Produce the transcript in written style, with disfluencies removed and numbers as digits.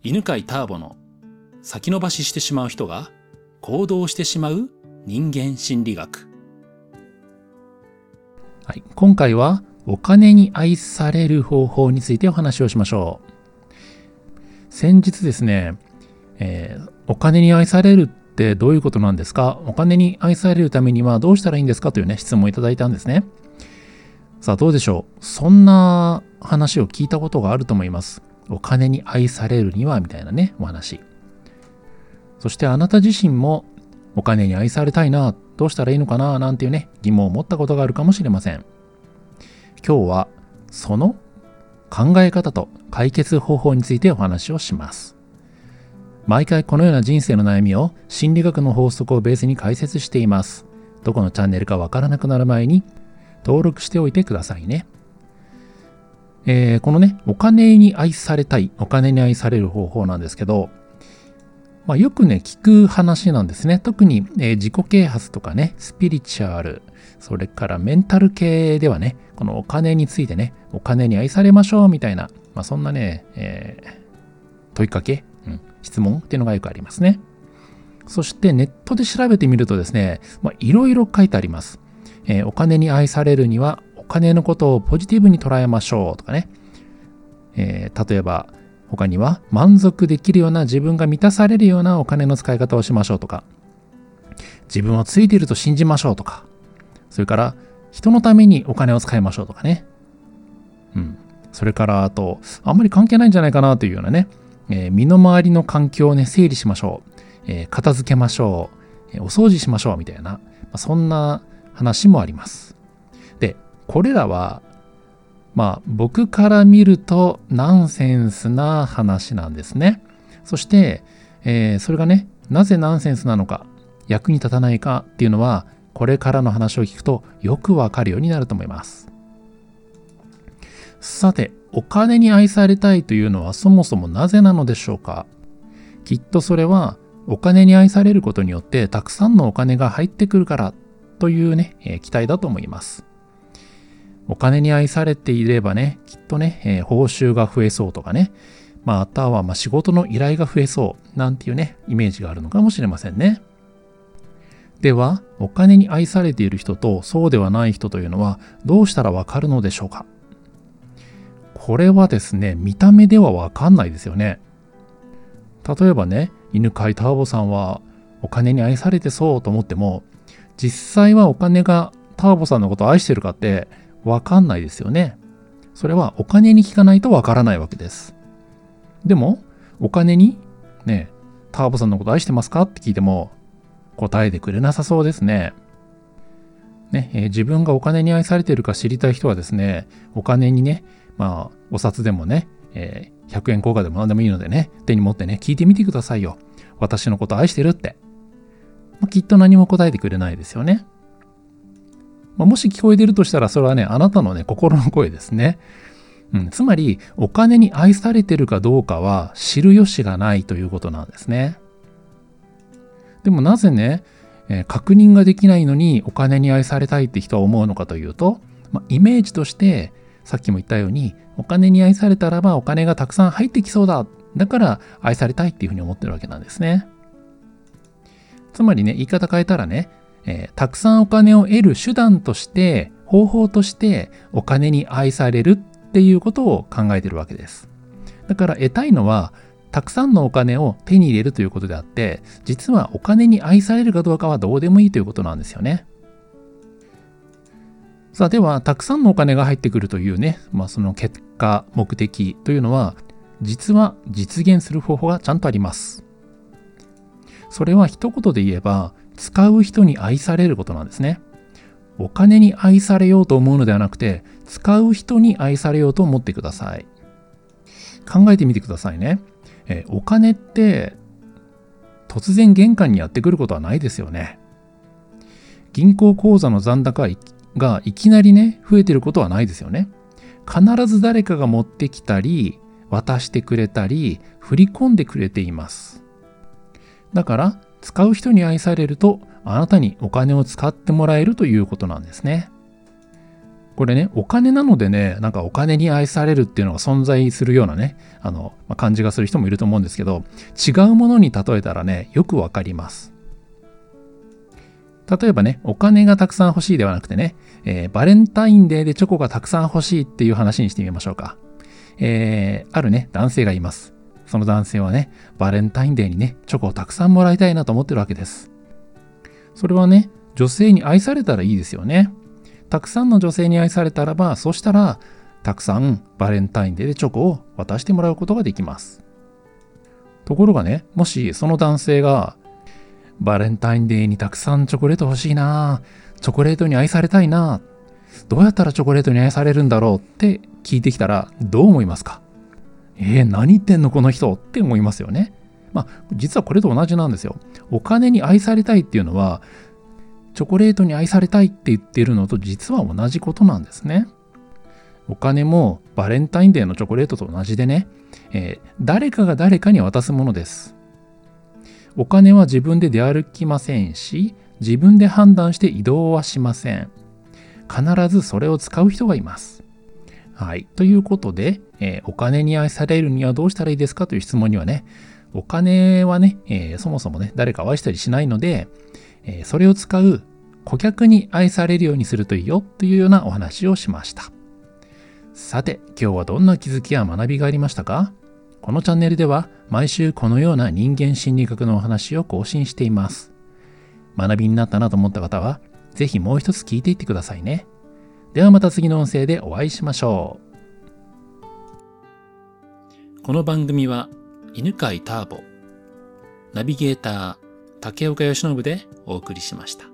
犬飼ターボの先延ばししてしまう人が行動してしまう人間心理学。はい、今回はお金に愛される方法についてお話をしましょう。先日ですね、お金に愛されるってどういうことなんですか？お金に愛されるためにはどうしたらいいんですかというね、質問をいただいたんですね。さあどうでしょう？そんな話を聞いたことがあると思います。お金に愛されるにはみたいなね、お話。そしてあなた自身もお金に愛されたいな、どうしたらいいのかななんていうね、疑問を持ったことがあるかもしれません。今日はその考え方と解決方法についてお話をします。毎回このような人生の悩みを心理学の法則をベースに解説しています。どこのチャンネルかわからなくなる前に登録しておいてくださいね。このね、お金に愛されたい、お金に愛される方法なんですけど、よくね、聞く話なんですね。特に、自己啓発とかね、スピリチュアル、それからメンタル系ではね、このお金についてね、お金に愛されましょうみたいな、そんなね、問いかけ、質問っていうのがよくありますね。そしてネットで調べてみるとですね、いろいろ書いてあります。お金に愛されるには、お金のことをポジティブに捉えましょうとかね。例えば、他には満足できるような、自分が満たされるようなお金の使い方をしましょうとか、自分はついていると信じましょうとか、それから人のためにお金を使いましょうとかね。それからあと、あんまり関係ないんじゃないかなというようなね、身の回りの環境をね、整理しましょう。片付けましょう。お掃除しましょうみたいな、そんな話もあります。で、これらは、僕から見るとナンセンスな話なんですね。そして、それがね、なぜナンセンスなのか、役に立たないかっていうのは、これからの話を聞くとよくわかるようになると思います。さて、お金に愛されたいというのはそもそもなぜなのでしょうか？きっとそれはお金に愛されることによってたくさんのお金が入ってくるからというね、期待だと思います。お金に愛されていればね、きっとね、報酬が増えそうとかね、または仕事の依頼が増えそうなんていうね、イメージがあるのかもしれませんね。では、お金に愛されている人とそうではない人というのはどうしたらわかるのでしょうか？これはですね、見た目ではわかんないですよね。例えばね、犬飼ターボさんはお金に愛されてそうと思っても、実際はお金がターボさんのことを愛してるかってわかんないですよね。それはお金に聞かないとわからないわけです。でも、お金にね、ターボさんのこと愛してますかって聞いても答えてくれなさそうですね。自分がお金に愛されているか知りたい人はですね、お金にね、お札でもね、100円硬貨でも何でもいいのでね、手に持ってね、聞いてみてくださいよ。私のこと愛してるって。きっと何も答えてくれないですよね。もし聞こえてるとしたら、それはね、あなたのね、心の声ですね。つまり、お金に愛されてるかどうかは知る由がないということなんですね。でもなぜね、確認ができないのにお金に愛されたいって人は思うのかというと、イメージとしてさっきも言ったように、お金に愛されたらばお金がたくさん入ってきそうだ。だから愛されたいっていうふうに思ってるわけなんですね。つまりね、言い方変えたらね、たくさんお金を得る手段として、方法としてお金に愛されるっていうことを考えてるわけです。だから得たいのは、たくさんのお金を手に入れるということであって、実はお金に愛されるかどうかはどうでもいいということなんですよね。さあでは、たくさんのお金が入ってくるというね、その結果、目的というのは、実は実現する方法がちゃんとあります。それは一言で言えば、使う人に愛されることなんですね。お金に愛されようと思うのではなくて、使う人に愛されようと思ってください。考えてみてくださいね。お金って突然玄関にやってくることはないですよね。銀行口座の残高がいきなりね、増えてることはないですよね。必ず誰かが持ってきたり、渡してくれたり、振り込んでくれています。だから、使う人に愛されると、あなたにお金を使ってもらえるということなんですね。 これね、お金なのでね、なんかお金に愛されるっていうのが存在するようなね、感じがする人もいると思うんですけど、違うものに例えたらね、よくわかります。例えばね、お金がたくさん欲しいではなくてね、バレンタインデーでチョコがたくさん欲しいっていう話にしてみましょうか。あるね、男性がいます。その男性はね、バレンタインデーにね、チョコをたくさんもらいたいなと思ってるわけです。それはね、女性に愛されたらいいですよね。たくさんの女性に愛されたらば、そしたら、たくさんバレンタインデーでチョコを渡してもらうことができます。ところがね、もしその男性が、バレンタインデーにたくさんチョコレート欲しいな、チョコレートに愛されたいな、どうやったらチョコレートに愛されるんだろうって聞いてきたらどう思いますか？何言ってんのこの人って思いますよね。実はこれと同じなんですよ。お金に愛されたいっていうのは、チョコレートに愛されたいって言っているのと実は同じことなんですね。お金もバレンタインデーのチョコレートと同じでね、誰かが誰かに渡すものです。お金は自分で出歩きませんし、自分で判断して移動はしません。必ずそれを使う人がいます。はい。ということで、お金に愛されるにはどうしたらいいですかという質問にはね、お金はね、そもそもね、誰かを愛したりしないので、それを使う顧客に愛されるようにするといいよというようなお話をしました。さて、今日はどんな気づきや学びがありましたか？このチャンネルでは毎週このような人間心理学のお話を更新しています。学びになったなと思った方は、ぜひもう一つ聞いていってくださいね。ではまた次の音声でお会いしましょう。この番組は犬飼ターボ、ナビゲーター竹岡由伸でお送りしました。